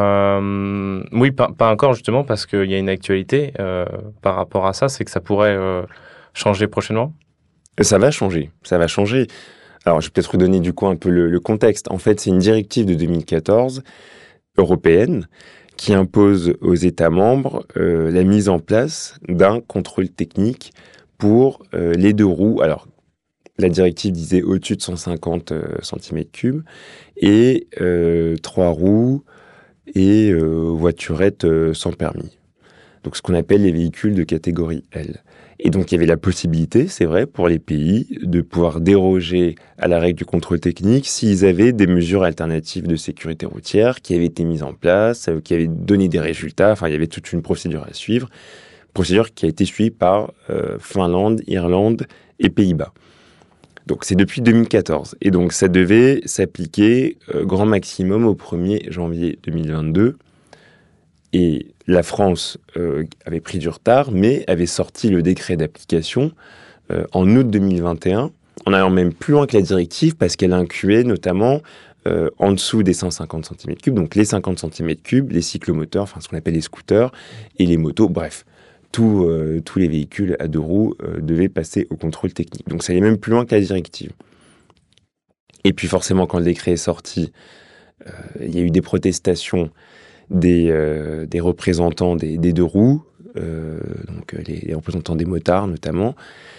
Oui, pas encore justement parce qu'il y a une actualité par rapport à ça, c'est que ça pourrait changer prochainement. Ça va changer. Alors, je vais peut-être redonner du coup un peu le contexte. En fait, c'est une directive de 2014 européenne qui impose aux États membres la mise en place d'un contrôle technique pour les 2 roues. Alors, la directive disait au-dessus de 150 cm3 et 3 roues et voiturettes sans permis. Donc ce qu'on appelle les véhicules de catégorie L. Et donc il y avait la possibilité, c'est vrai, pour les pays de pouvoir déroger à la règle du contrôle technique s'ils avaient des mesures alternatives de sécurité routière qui avaient été mises en place, qui avaient donné des résultats. Enfin, il y avait toute une procédure à suivre, procédure qui a été suivie par Finlande, Irlande et Pays-Bas. Donc c'est depuis 2014. Et donc ça devait s'appliquer grand maximum au 1er janvier 2022. Et la France avait pris du retard, mais avait sorti le décret d'application en août 2021, en allant même plus loin que la directive, parce qu'elle incluait notamment en dessous des 150 cm3, donc les 50 cm3, les cyclomoteurs, enfin ce qu'on appelle les scooters, et les motos, bref. Tous les véhicules à 2 roues devaient passer au contrôle technique. Donc ça allait même plus loin que la directive. Et puis forcément, quand le décret est sorti, il y a eu des protestations des représentants des 2 roues, donc les représentants des motards notamment.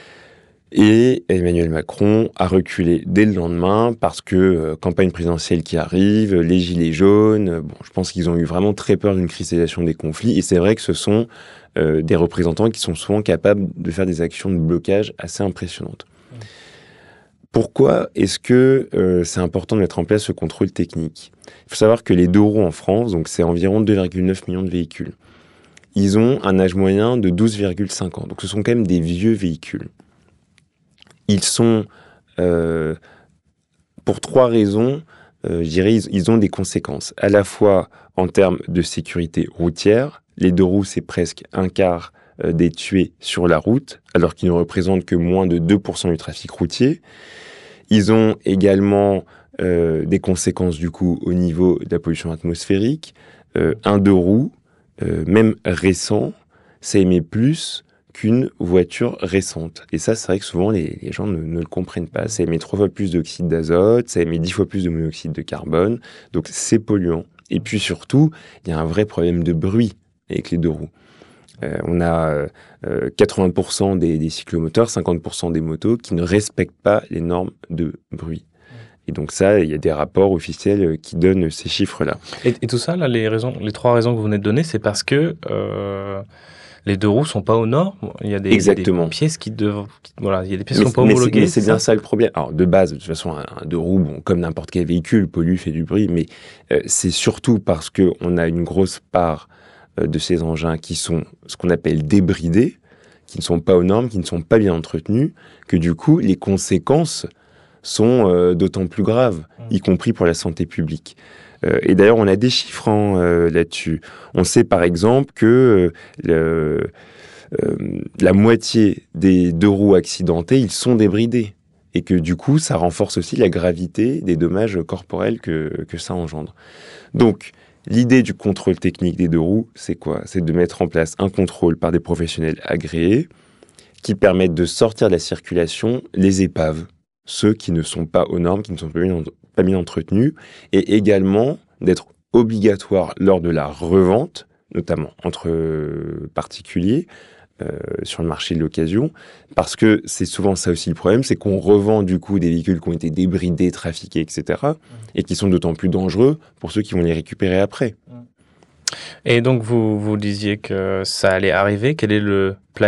Et Emmanuel Macron a reculé dès le lendemain parce que campagne présidentielle qui arrive, les gilets jaunes, je pense qu'ils ont eu vraiment très peur d'une cristallisation des conflits. Et c'est vrai que ce sont des représentants qui sont souvent capables de faire des actions de blocage assez impressionnantes. Pourquoi est-ce que c'est important de mettre en place ce contrôle technique ? Il faut savoir que les 2 roues en France, donc c'est environ 2,9 millions de véhicules, ils ont un âge moyen de 12,5 ans. Donc ce sont quand même des vieux véhicules. Ils sont, pour 3 raisons, je dirais, ils ont des conséquences. À la fois en termes de sécurité routière, les 2 roues, c'est presque un quart des tués sur la route, alors qu'ils ne représentent que moins de 2% du trafic routier. Ils ont également des conséquences du coup au niveau de la pollution atmosphérique. Un 2 roues, même récent, ça émet plus qu'une voiture récente. Et ça, c'est vrai que souvent, les gens ne le comprennent pas. Ça émet 3 fois plus d'oxyde d'azote, ça émet 10 fois plus de monoxyde de carbone. Donc, c'est polluant. Et puis surtout, il y a un vrai problème de bruit avec les 2 roues. On a 80% des cyclomoteurs, 50% des motos qui ne respectent pas les normes de bruit. Et donc ça, il y a des rapports officiels qui donnent ces chiffres-là. Et tout ça, là, les 3 raisons que vous venez de donner, c'est parce que les 2 roues sont pas aux normes. Il y a des pièces qui doivent, voilà, il y a des pièces qui sont pas homologuées. Mais c'est bien ça le problème. Alors de base, de toute façon, un 2 roues, comme n'importe quel véhicule, pollue, fait du bruit, mais c'est surtout parce que on a une grosse part de ces engins qui sont ce qu'on appelle débridés, qui ne sont pas aux normes, qui ne sont pas bien entretenus, que du coup, les conséquences sont d'autant plus graves, y compris pour la santé publique. Et d'ailleurs, on a des chiffres là-dessus. On sait par exemple que la moitié des 2 roues accidentés, ils sont débridés. Et que du coup, ça renforce aussi la gravité des dommages corporels que ça engendre. Donc, l'idée du contrôle technique des 2 roues, c'est quoi ? C'est de mettre en place un contrôle par des professionnels agréés qui permettent de sortir de la circulation les épaves, ceux qui ne sont pas aux normes, qui ne sont pas bien entretenus, et également d'être obligatoire lors de la revente, notamment entre particuliers, sur le marché de l'occasion, parce que c'est souvent ça aussi le problème, c'est qu'on revend du coup des véhicules qui ont été débridés, trafiqués, etc., et qui sont d'autant plus dangereux pour ceux qui vont les récupérer après. Et donc vous disiez que ça allait arriver, quel est le planning ?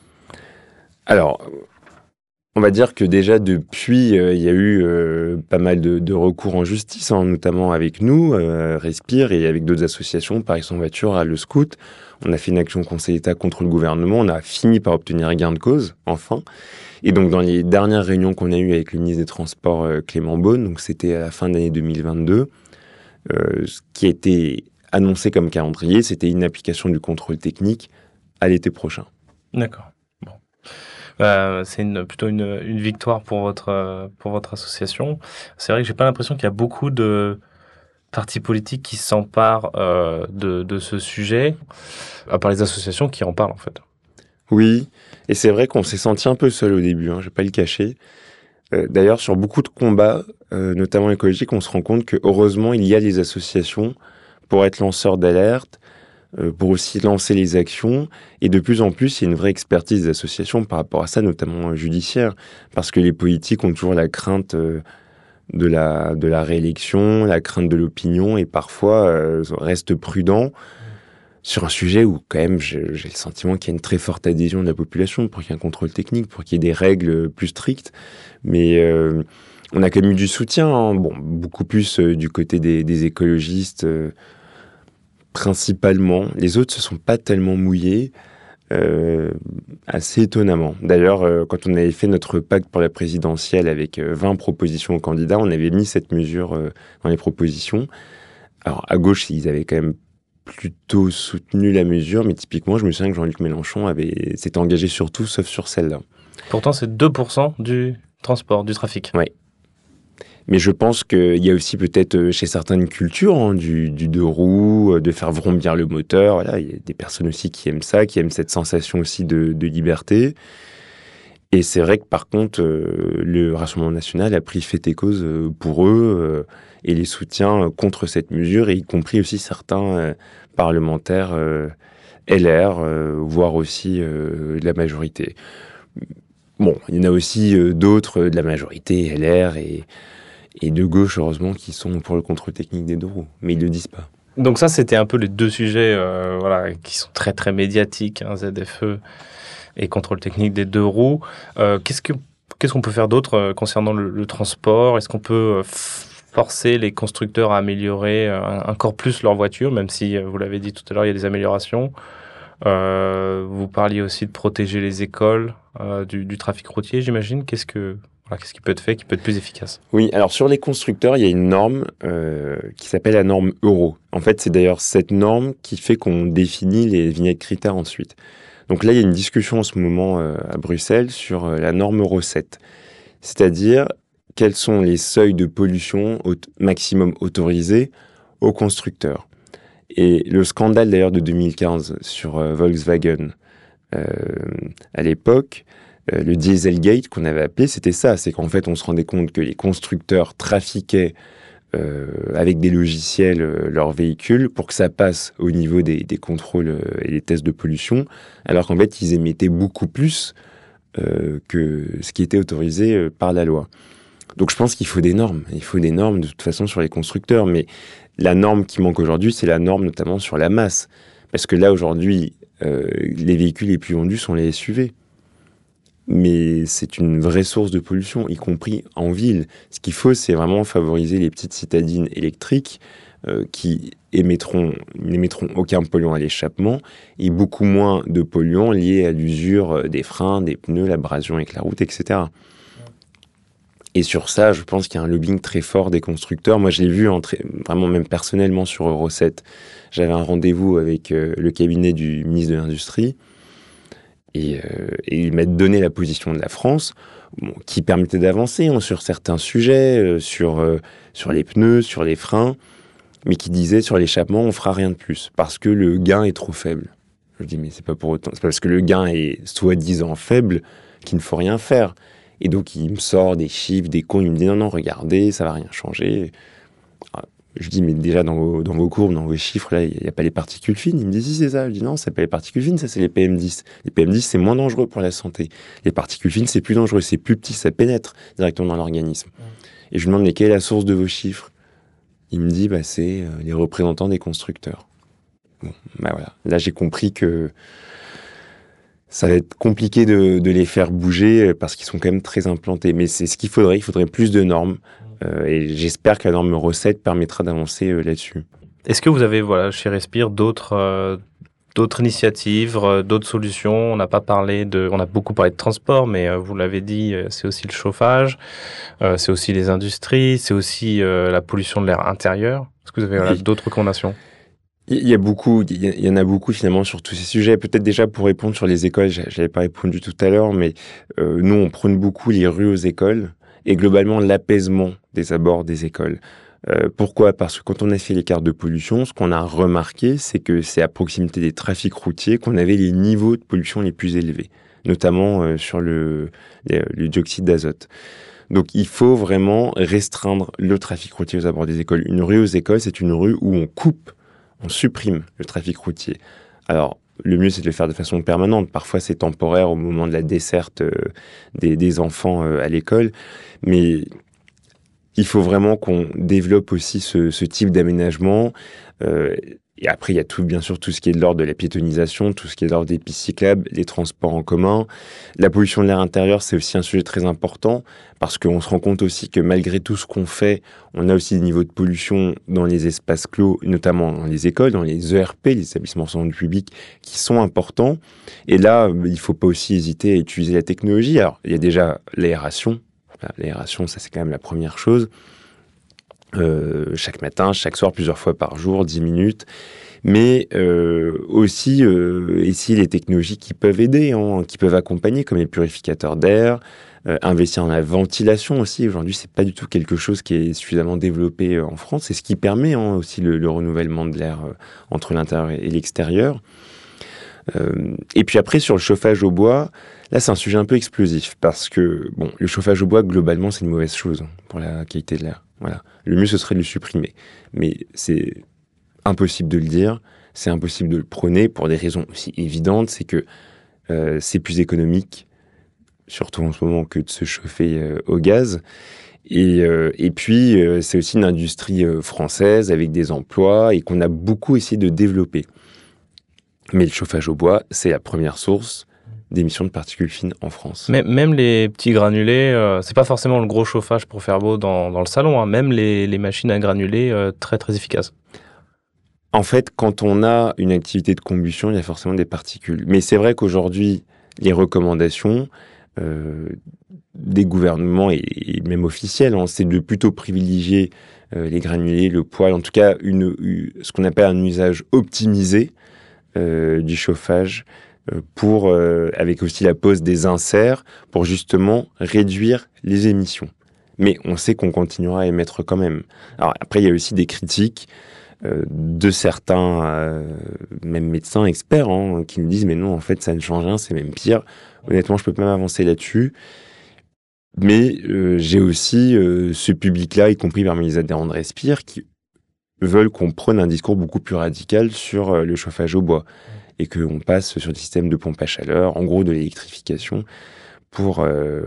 Alors, on va dire que déjà depuis, il y a eu pas mal de recours en justice, notamment avec nous, Respire, et avec d'autres associations, Paris sans voiture, Le Scout. On a fait une action Conseil d'État contre le gouvernement. On a fini par obtenir gain de cause, enfin. Et donc, dans les dernières réunions qu'on a eues avec le ministre des Transports, Clément Beaune, donc c'était à la fin de l'année 2022, ce qui a été annoncé comme calendrier, c'était une application du contrôle technique à l'été prochain. D'accord. C'est plutôt une victoire pour votre association. C'est vrai que j'ai pas l'impression qu'il y a beaucoup de partis politiques qui s'emparent de ce sujet, à part les associations qui en parlent en fait. Oui, et c'est vrai qu'on s'est senti un peu seul au début, je vais pas le cacher. D'ailleurs, sur beaucoup de combats, notamment écologiques, on se rend compte que heureusement, il y a les associations pour être lanceurs d'alerte, pour aussi lancer les actions. Et de plus en plus, il y a une vraie expertise des associations par rapport à ça, notamment judiciaire, parce que les politiques ont toujours la crainte de la réélection, la crainte de l'opinion, et parfois restent prudents sur un sujet où quand même j'ai le sentiment qu'il y a une très forte adhésion de la population pour qu'il y ait un contrôle technique, pour qu'il y ait des règles plus strictes. Mais on a quand même eu du soutien, beaucoup plus du côté des écologistes, principalement. Les autres se sont pas tellement mouillés, assez étonnamment. D'ailleurs, quand on avait fait notre pacte pour la présidentielle avec 20 propositions aux candidats, on avait mis cette mesure dans les propositions. Alors, à gauche, ils avaient quand même plutôt soutenu la mesure, mais typiquement, je me souviens que Jean-Luc Mélenchon s'était engagé sur tout, sauf sur celle-là. Pourtant, c'est 2% du transport, du trafic. Oui. Mais je pense qu'il y a aussi peut-être chez certaines cultures du 2 roues, de faire vrombir le moteur. Voilà, il y a des personnes aussi qui aiment ça, qui aiment cette sensation aussi de liberté. Et c'est vrai que par contre, le Rassemblement national a pris fait et cause pour eux et les soutient contre cette mesure, et y compris aussi certains parlementaires LR, voire aussi de la majorité. Bon, il y en a aussi d'autres de la majorité LR et de gauche, heureusement, qui sont pour le contrôle technique des 2 roues. Mais ils ne le disent pas. Donc ça, c'était un peu les 2 sujets qui sont très, très médiatiques, ZFE et contrôle technique des 2 roues. Qu'est-ce qu'on peut faire d'autre concernant le transport ? Est-ce qu'on peut forcer les constructeurs à améliorer encore plus leur voiture, même si, vous l'avez dit tout à l'heure, il y a des améliorations. Vous parliez aussi de protéger les écoles du trafic routier, j'imagine. Qu'est-ce qui peut être fait, qui peut être plus efficace ? Oui, alors sur les constructeurs, il y a une norme qui s'appelle la norme Euro. En fait, c'est d'ailleurs cette norme qui fait qu'on définit les vignettes critères ensuite. Donc là, il y a une discussion en ce moment à Bruxelles sur la norme Euro 7. C'est-à-dire, quels sont les seuils de pollution maximum autorisés aux constructeurs. Et le scandale d'ailleurs de 2015 sur Volkswagen, à l'époque, le Dieselgate qu'on avait appelé, c'était ça. C'est qu'en fait, on se rendait compte que les constructeurs trafiquaient avec des logiciels leurs véhicules pour que ça passe au niveau des contrôles et des tests de pollution, alors qu'en fait, ils émettaient beaucoup plus que ce qui était autorisé par la loi. Donc je pense qu'il faut des normes. Il faut des normes de toute façon sur les constructeurs, mais la norme qui manque aujourd'hui, c'est la norme notamment sur la masse. Parce que là, aujourd'hui, les véhicules les plus vendus sont les SUV. Mais c'est une vraie source de pollution, y compris en ville. Ce qu'il faut, c'est vraiment favoriser les petites citadines électriques qui n'émettront aucun polluant à l'échappement et beaucoup moins de polluants liés à l'usure des freins, des pneus, l'abrasion avec la route, etc. Et sur ça, je pense qu'il y a un lobbying très fort des constructeurs. Moi, je l'ai vu vraiment même personnellement sur Euro 7. J'avais un rendez-vous avec le cabinet du ministre de l'Industrie et il m'a donné la position de la France qui permettait d'avancer sur certains sujets, sur les pneus, sur les freins, mais qui disait sur l'échappement, on fera rien de plus parce que le gain est trop faible. Je dis, mais c'est pas pour autant. C'est parce que le gain est soi-disant faible qu'il ne faut rien faire. Et donc, il me sort des chiffres, des comptes, il me dit non, regardez, ça va rien changer. Je dis, mais déjà, dans vos courbes, dans vos chiffres, là, il n'y a pas les particules fines. Il me dit, si, c'est ça. Je dis, non, c'est pas les particules fines, ça, c'est les PM10. Les PM10, c'est moins dangereux pour la santé. Les particules fines, c'est plus dangereux, c'est plus petit, ça pénètre directement dans l'organisme. Et je lui demande, mais quelle est la source de vos chiffres? Il me dit, c'est les représentants des constructeurs. Bon, voilà. Là, j'ai compris que ça va être compliqué de les faire bouger parce qu'ils sont quand même très implantés. Mais c'est ce qu'il faudrait. Il faudrait plus de normes. Et j'espère que la norme Euro 7 permettra d'avancer là-dessus. Est-ce que vous avez, chez Respire, d'autres initiatives, d'autres solutions? On a beaucoup parlé de transport, mais vous l'avez dit, c'est aussi le chauffage, c'est aussi les industries, c'est aussi la pollution de l'air intérieur. Est-ce que vous avez d'autres recommandations? Il y en a beaucoup finalement sur tous ces sujets. Peut-être déjà pour répondre sur les écoles, je n'avais pas répondu tout à l'heure, mais nous on prône beaucoup les rues aux écoles et globalement l'apaisement des abords des écoles. Pourquoi ? Parce que quand on a fait les cartes de pollution, ce qu'on a remarqué, c'est que c'est à proximité des trafics routiers qu'on avait les niveaux de pollution les plus élevés, notamment sur le dioxyde d'azote. Donc il faut vraiment restreindre le trafic routier aux abords des écoles. Une rue aux écoles, c'est une rue où on supprime le trafic routier. Alors, le mieux, c'est de le faire de façon permanente. Parfois, c'est temporaire au moment de la desserte des enfants à l'école. Mais il faut vraiment qu'on développe aussi ce type d'aménagement. Et après, il y a bien sûr tout ce qui est de l'ordre de la piétonisation, tout ce qui est de l'ordre des pistes cyclables, les transports en commun. La pollution de l'air intérieur, c'est aussi un sujet très important parce qu'on se rend compte aussi que malgré tout ce qu'on fait, on a aussi des niveaux de pollution dans les espaces clos, notamment dans les écoles, dans les ERP, les établissements recevant du public, qui sont importants. Et là, il ne faut pas aussi hésiter à utiliser la technologie. Alors, il y a déjà l'aération. L'aération, ça c'est quand même la première chose. Chaque matin, chaque soir, plusieurs fois par jour, 10 minutes. Mais aussi, ici, les technologies qui peuvent aider, qui peuvent accompagner, comme les purificateurs d'air, investir dans la ventilation aussi. Aujourd'hui, c'est pas du tout quelque chose qui est suffisamment développé en France. C'est ce qui permet aussi le renouvellement de l'air entre l'intérieur et l'extérieur. Et puis après, sur le chauffage au bois, là, c'est un sujet un peu explosif parce que, le chauffage au bois, globalement, c'est une mauvaise chose pour la qualité de l'air. Voilà. Le mieux, ce serait de le supprimer. Mais c'est impossible de le dire, c'est impossible de le prôner pour des raisons aussi évidentes. C'est que c'est plus économique, surtout en ce moment, que de se chauffer au gaz. Et puis, c'est aussi une industrie française avec des emplois et qu'on a beaucoup essayé de développer. Mais le chauffage au bois, c'est la première source d'émissions de particules fines en France. Mais même les petits granulés, c'est pas forcément le gros chauffage pour faire beau dans le salon, hein. Même les machines à granulés, très très efficaces. En fait, quand on a une activité de combustion, il y a forcément des particules. Mais c'est vrai qu'aujourd'hui, les recommandations des gouvernements et même officielles, c'est de plutôt privilégier les granulés, le poêle, en tout cas ce qu'on appelle un usage optimisé du chauffage avec aussi la pose des inserts pour justement réduire les émissions. Mais on sait qu'on continuera à émettre quand même. Alors après, il y a aussi des critiques de certains, même médecins experts, qui nous disent « mais non, en fait, ça ne change rien, c'est même pire ». Honnêtement, je ne peux pas m'avancer là-dessus. Mais j'ai aussi ce public-là, y compris parmi les adhérents de Respire, qui veulent qu'on prenne un discours beaucoup plus radical sur le chauffage au bois et qu'on passe sur des systèmes de pompe à chaleur, en gros de l'électrification, pour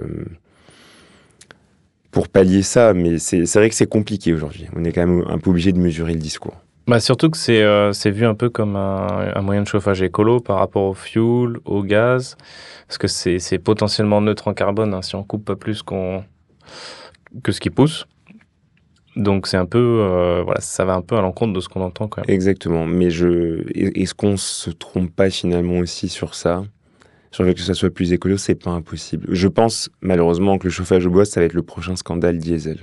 pallier ça. Mais c'est vrai que c'est compliqué aujourd'hui. On est quand même un peu obligé de mesurer le discours. Surtout que c'est vu un peu comme un moyen de chauffage écolo par rapport au fuel, au gaz, parce que c'est potentiellement neutre en carbone si on coupe pas plus que ce qui pousse. Donc c'est un peu, ça va un peu à l'encontre de ce qu'on entend quand même. Exactement. Mais est-ce qu'on se trompe pas finalement aussi sur ça? Sur le fait que ça soit plus écolo, c'est pas impossible. Je pense malheureusement que le chauffage au bois, ça va être le prochain scandale diesel.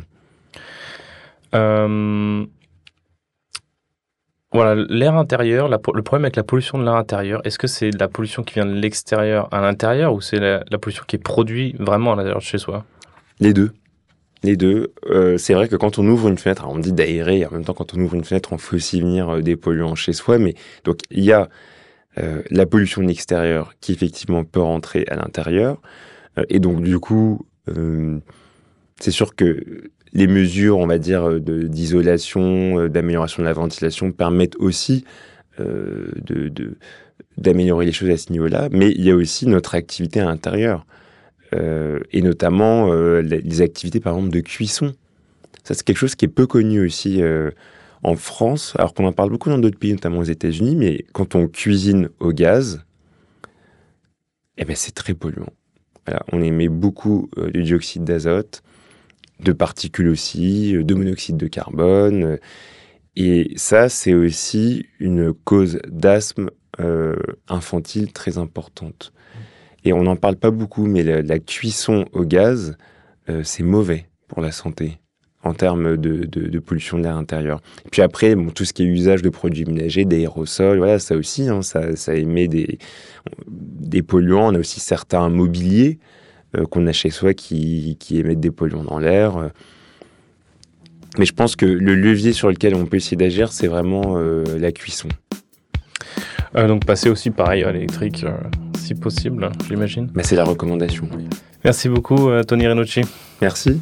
Voilà, l'air intérieur, le problème avec la pollution de l'air intérieur, est-ce que c'est de la pollution qui vient de l'extérieur à l'intérieur ou c'est la pollution qui est produite vraiment à l'intérieur de chez soi? Les deux. C'est vrai que quand on ouvre une fenêtre, alors on dit d'aérer, et en même temps quand on ouvre une fenêtre, on fait aussi venir des polluants chez soi, mais donc il y a la pollution de l'extérieur qui effectivement peut rentrer à l'intérieur, et donc du coup, c'est sûr que les mesures, on va dire, d'isolation, d'amélioration de la ventilation permettent aussi d'améliorer les choses à ce niveau-là, mais il y a aussi notre activité à l'intérieur. Et notamment les activités par exemple de cuisson. Ça c'est quelque chose qui est peu connu aussi en France, alors qu'on en parle beaucoup dans d'autres pays, notamment aux États-Unis, mais quand on cuisine au gaz, c'est très polluant. Voilà, on émet beaucoup de dioxyde d'azote, de particules aussi, de monoxyde de carbone, et ça c'est aussi une cause d'asthme infantile très importante. Et on n'en parle pas beaucoup, mais la cuisson au gaz, c'est mauvais pour la santé en termes de pollution de l'air intérieur. Et puis après, tout ce qui est usage de produits ménagers, d'aérosols, voilà, ça aussi, ça émet des polluants. On a aussi certains mobiliers qu'on a chez soi qui émettent des polluants dans l'air. Mais je pense que le levier sur lequel on peut essayer d'agir, c'est vraiment la cuisson. Donc passer aussi pareil à l'électrique, si possible, j'imagine. C'est la recommandation. Oui. Merci beaucoup, Tony Renucci. Merci.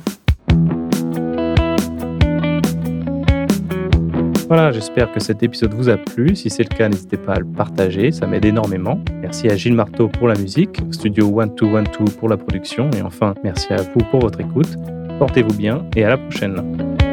Voilà, j'espère que cet épisode vous a plu. Si c'est le cas, n'hésitez pas à le partager, ça m'aide énormément. Merci à Gilles Marteau pour la musique, Studio 1212 pour la production, et enfin, merci à vous pour votre écoute. Portez-vous bien et à la prochaine.